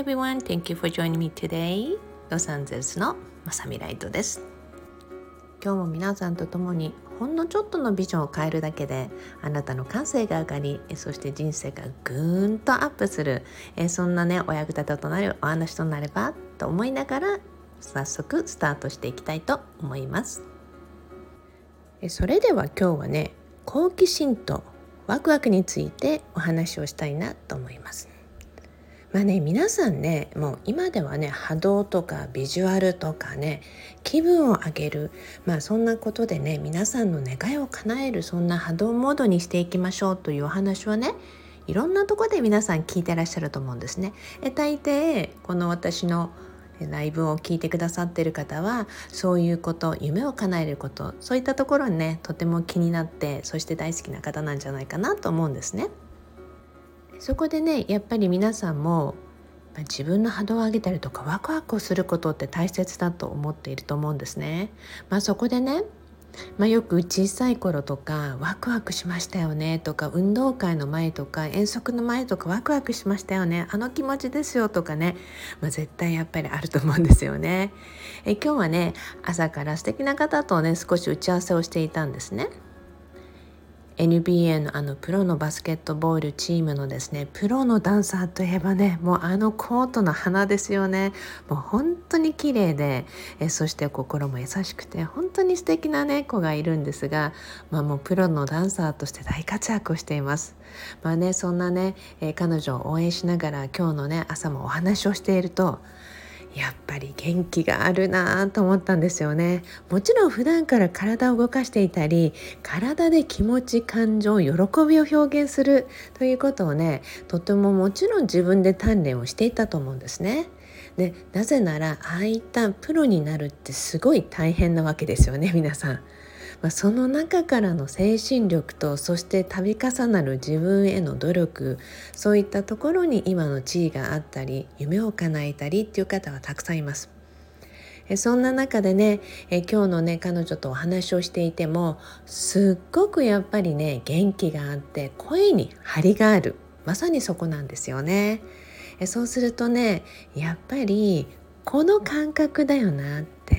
everyone, thank you for joining me today. ロサンゼルスのまさみライトです。今日も皆さんと共にほんのちょっとのビジョンを変えるだけであなたの感性が上がり、そして人生がぐーんとアップする、そんなねお役立てとなるお話となればと思いながら早速スタートしていきたいと思います。それでは今日はね、好奇心とワクワクについてお話をしたいなと思います。皆さんね、もう今ではね、波動とかビジュアルとかね、気分を上げる、そんなことでね、皆さんの願いを叶える、そんな波動モードにしていきましょうというお話はね、いろんなところで皆さん聞いてらっしゃると思うんですね。大抵この私のライブを聞いてくださっている方は、そういうこと、夢を叶えること、そういったところにね、とても気になって、そして大好きな方なんじゃないかなと思うんですね。そこでね、やっぱり皆さんも自分の波動を上げたりとかワクワクをすることって大切だと思っていると思うんですね。そこでね、よく小さい頃とかワクワクしましたよねとか、運動会の前とか遠足の前とかワクワクしましたよね、あの気持ちですよとかね、絶対やっぱりあると思うんですよね。今日はね、朝から素敵な方とね少し打ち合わせをしていたんですね。NBA のプロのバスケットボールチームのですね、プロのダンサーといえばね、もうコートの花ですよね。もう本当に綺麗で、そして心も優しくて本当に素敵なね子がいるんですが、もうプロのダンサーとして大活躍をしています。そんなね、彼女を応援しながら今日のね朝もお話をしていると、やっぱり元気があるなと思ったんですよね。もちろん普段から体を動かしていたり、体で気持ち、感情、喜びを表現するということをね、とてももちろん自分で鍛錬をしていたと思うんですね。で、なぜならああいったプロになるってすごい大変なわけですよね、皆さん。その中からの精神力と、そして度重なる自分への努力、そういったところに今の地位があったり、夢を叶えたりっていう方はたくさんいます。そんな中でね、今日のね彼女とお話をしていても、すっごくやっぱりね元気があって、声に張りがある、まさにそこなんですよね。そうするとね、やっぱりこの感覚だよなって、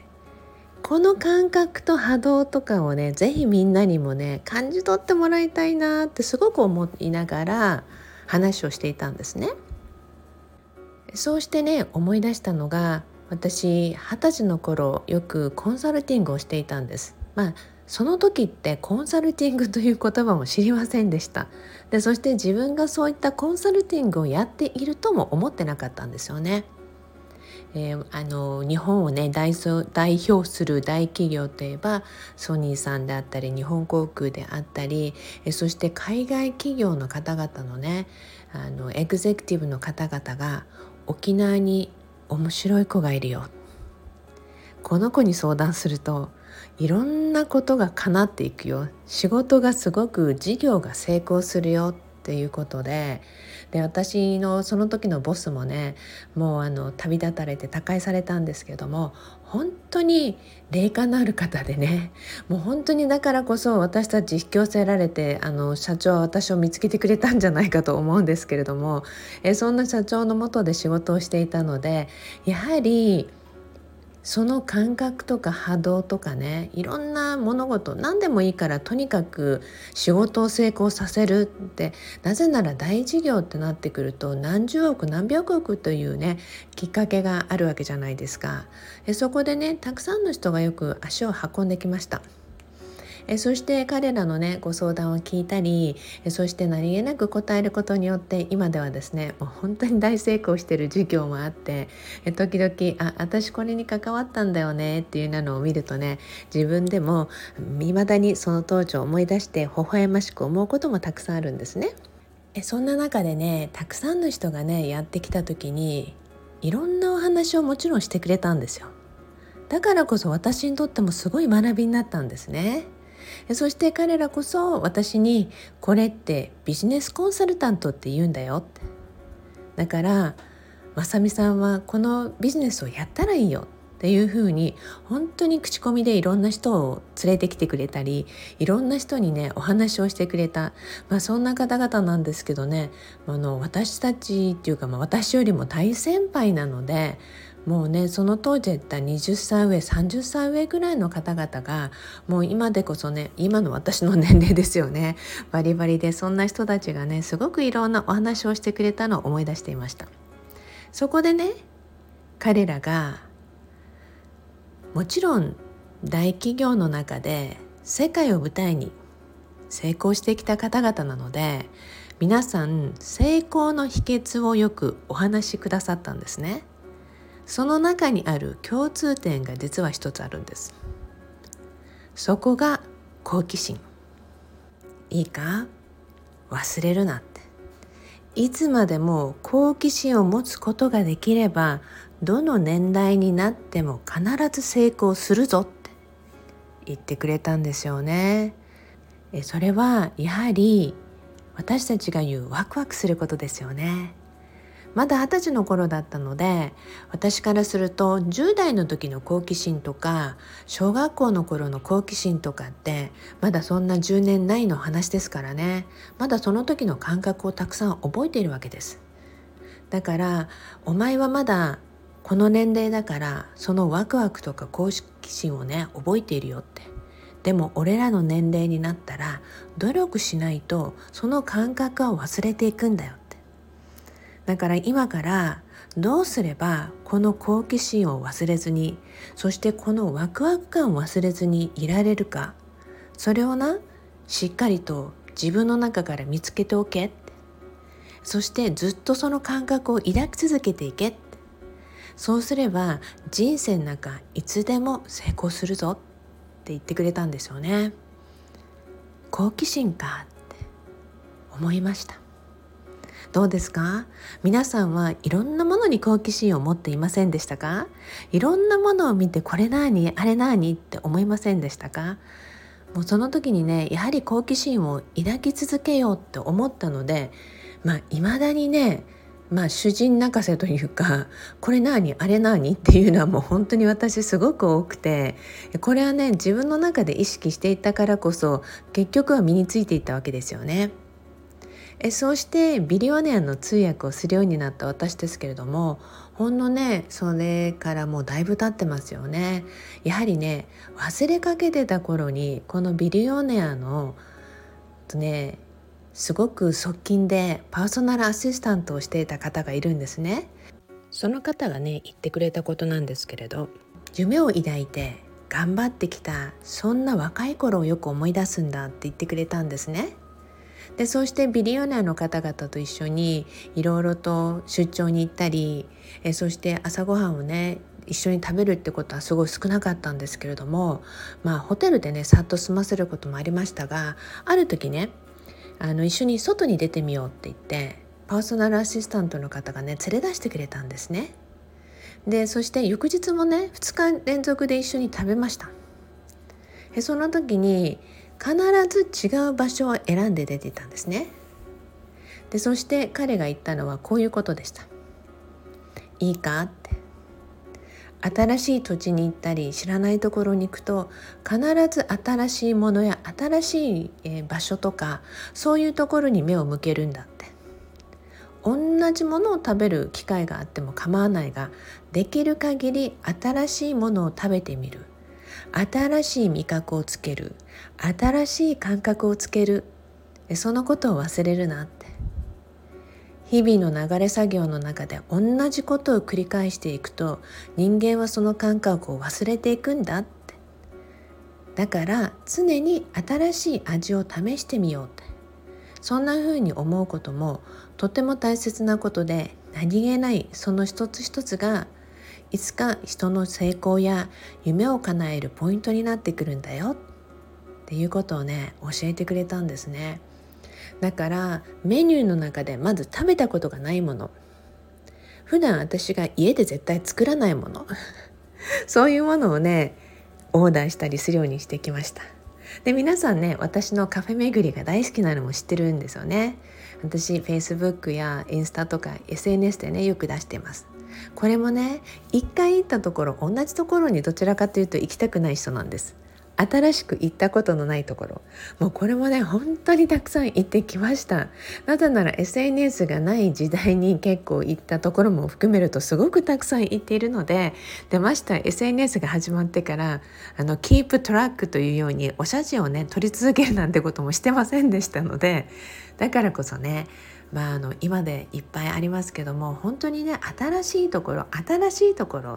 この感覚と波動とかをね、ぜひみんなにもね感じ取ってもらいたいなってすごく思いながら話をしていたんですね。そうしてね思い出したのが、私20歳の頃よくコンサルティングをしていたんです。その時ってコンサルティングという言葉も知りませんでした。で、そして自分がそういったコンサルティングをやっているとも思ってなかったんですよね。日本をね代表する大企業といえばソニーさんであったり、日本航空であったり、そして海外企業の方々のねエグゼクティブの方々が、沖縄に面白い子がいるよ、この子に相談するといろんなことが叶っていくよ、仕事がすごく事業が成功するよっていうことで、私のその時のボスもね、もう旅立たれて他界されたんですけども、本当に霊感のある方でね、もう本当にだからこそ私たち引き寄せられて、社長は私を見つけてくれたんじゃないかと思うんですけれども、そんな社長の下で仕事をしていたので、やはりその感覚とか波動とかね、いろんな物事、何でもいいからとにかく仕事を成功させるって、なぜなら大事業ってなってくると何十億何百億というねきっかけがあるわけじゃないですか。そこでねたくさんの人がよく足を運んできました。そして彼らのねご相談を聞いたり、そして何気なく答えることによって、今ではですねもう本当に大成功している授業もあって、時々私これに関わったんだよねっていうのを見るとね、自分でも未だにその当時を思い出して微笑ましく思うこともたくさんあるんですね。そんな中でね、たくさんの人がねやってきた時に、いろんなお話をもちろんしてくれたんですよ。だからこそ私にとってもすごい学びになったんですね。そして彼らこそ私に、これってビジネスコンサルタントって言うんだよって、だからまさみさんはこのビジネスをやったらいいよ、 っていう風に本当に口コミでいろんな人を連れてきてくれたり、いろんな人にねお話をしてくれた、そんな方々なんですけどね、私たちっていうか、私よりも大先輩なので、もうねその当時言った20歳上30歳上ぐらいの方々がもう今でこそね、今の私の年齢ですよね、バリバリで、そんな人たちがねすごくいろんなお話をしてくれたのを思い出していました。そこでね、彼らがもちろん大企業の中で世界を舞台に成功してきた方々なので、皆さん成功の秘訣をよくお話しくださったんですね。その中にある共通点が実は一つあるんです。そこが好奇心。いいか、忘れるなって。いつまでも好奇心を持つことができれば、どの年代になっても必ず成功するぞって言ってくれたんですよね。それはやはり私たちが言うワクワクすることですよね。まだ20歳の頃だったので、私からすると10代の時の好奇心とか小学校の頃の好奇心とかってまだそんな10年ないの話ですからね。まだその時の感覚をたくさん覚えているわけです。だからお前はまだこの年齢だからそのワクワクとか好奇心をね覚えているよって。でも俺らの年齢になったら努力しないとその感覚は忘れていくんだよって。だから今からどうすればこの好奇心を忘れずに、そしてこのワクワク感を忘れずにいられるか、それをしっかりと自分の中から見つけておけって。そしてずっとその感覚を抱き続けていけって。そうすれば人生の中いつでも成功するぞって言ってくれたんですよね。好奇心かって思いました。どうですか？皆さんはいろんなものに好奇心を持っていませんでしたか？いろんなものを見てこれ何あれ何って思いませんでしたか？もうその時にね、やはり好奇心を抱き続けようって思ったので、未だにね、主人泣かせというか、これ何あれ何っていうのはもう本当に私すごく多くて、これはね自分の中で意識していたからこそ結局は身についていったわけですよね。そうしてビリオネアの通訳をするようになった私ですけれども、ほんのねそれからもうだいぶ経ってますよね。やはりね忘れかけてた頃にこのビリオネアのすごく側近でパーソナルアシスタントをしていた方がいるんですね。その方がね言ってくれたことなんですけれど、夢を抱いて頑張ってきたそんな若い頃をよく思い出すんだって言ってくれたんですね。でそうしてビリオネアの方々と一緒にいろいろと出張に行ったり、そして朝ごはんをね一緒に食べるってことはすごい少なかったんですけれども、ホテルでねさっと済ませることもありましたが、ある時ね一緒に外に出てみようって言ってパーソナルアシスタントの方がね連れ出してくれたんですね。でそして翌日もね2日連続で一緒に食べました。その時に必ず違う場所を選んで出ていたんですね。でそして彼が言ったのはこういうことでした。いいかって、新しい土地に行ったり知らないところに行くと必ず新しいものや新しい場所とかそういうところに目を向けるんだって。同じものを食べる機会があっても構わないが、できる限り新しいものを食べてみる、新しい味覚をつける、新しい感覚をつける、そのことを忘れるなって。日々の流れ作業の中で同じことを繰り返していくと人間はその感覚を忘れていくんだって。だから常に新しい味を試してみようって。そんな風に思うこともとても大切なことで、何気ないその一つ一つがいつか人の成功や夢を叶えるポイントになってくるんだよっていうことをね教えてくれたんですね。だからメニューの中でまず食べたことがないもの、普段私が家で絶対作らないものそういうものをねオーダーしたりするようにしてきました。で皆さんね、私のカフェ巡りが大好きなのも知ってるんですよね。私 Facebook やインスタとか SNS でねよく出してます。 これもね、一回行ったところ、同じところにどちらかというと行きたくない人なんです。新しく行ったことのないところ、もうこれもね本当にたくさん行ってきました。なぜなら SNS がない時代に結構行ったところも含めるとすごくたくさん行っているので、まして SNS が始まってからキープトラックというようにお写真をね撮り続けるなんてこともしてませんでしたので、だからこそね、今でいっぱいありますけども、本当にね新しいところって、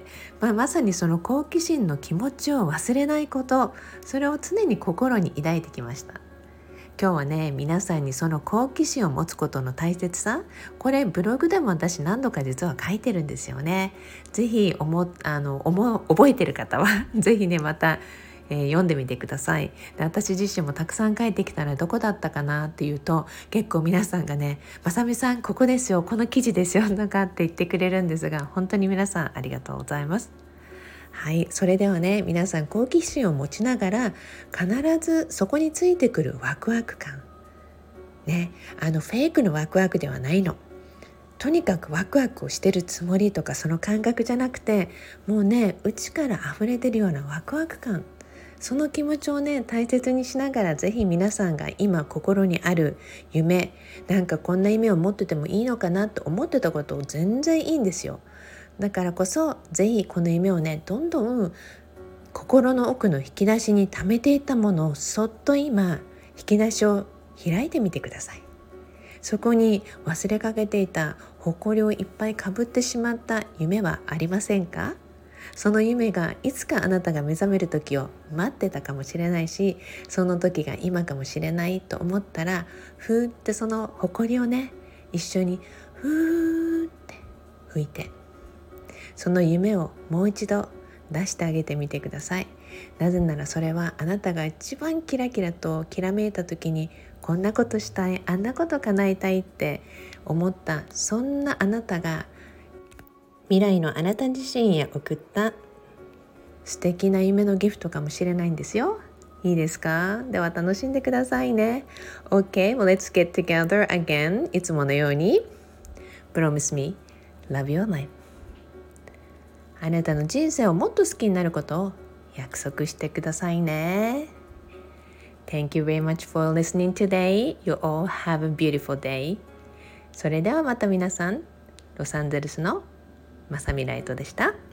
まさにその好奇心の気持ちを忘れないこと、それを常に心に抱いてきました。今日はね、皆さんにその好奇心を持つことの大切さ、これブログでも私何度か実は書いてるんですよね。ぜひ覚えてる方はぜひねまた読んでみてください。で、私自身もたくさん書いてきたらどこだったかなっていうと、結構皆さんがね、まさみさんここですよ、この記事ですよとかって言ってくれるんですが、本当に皆さんありがとうございます。はい、それではね、皆さん好奇心を持ちながら必ずそこについてくるワクワク感ね、フェイクのワクワクではないの。とにかくワクワクをしてるつもりとかその感覚じゃなくて、もうね内から溢れてるようなワクワク感、その気持ちをね大切にしながら、ぜひ皆さんが今心にある夢、なんかこんな夢を持っててもいいのかなと思ってたことを全然いいんですよ。だからこそぜひこの夢をね、どんどん心の奥の引き出しに溜めていたものをそっと今引き出しを開いてみてください。そこに忘れかけていた埃をいっぱいかぶってしまった夢はありませんか？その夢がいつかあなたが目覚める時を待ってたかもしれないし、その時が今かもしれないと思ったら、ふーってその埃をね一緒にふーって吹いて、その夢をもう一度出してあげてみてください。なぜならそれはあなたが一番キラキラときらめいた時に、こんなことしたい、あんなこと叶えたいって思った、そんなあなたが未来のあなた自身へ送った素敵な夢のギフトかもしれないんですよ。いいですか？では楽しんでくださいね。 OK, well, let's get together again. いつものように Promise me, love your life. あなたの人生をもっと好きになることを約束してくださいね。Thank you very much for listening today. You all have a beautiful day. それではまた皆さん、ロサンゼルスのまさみライトでした。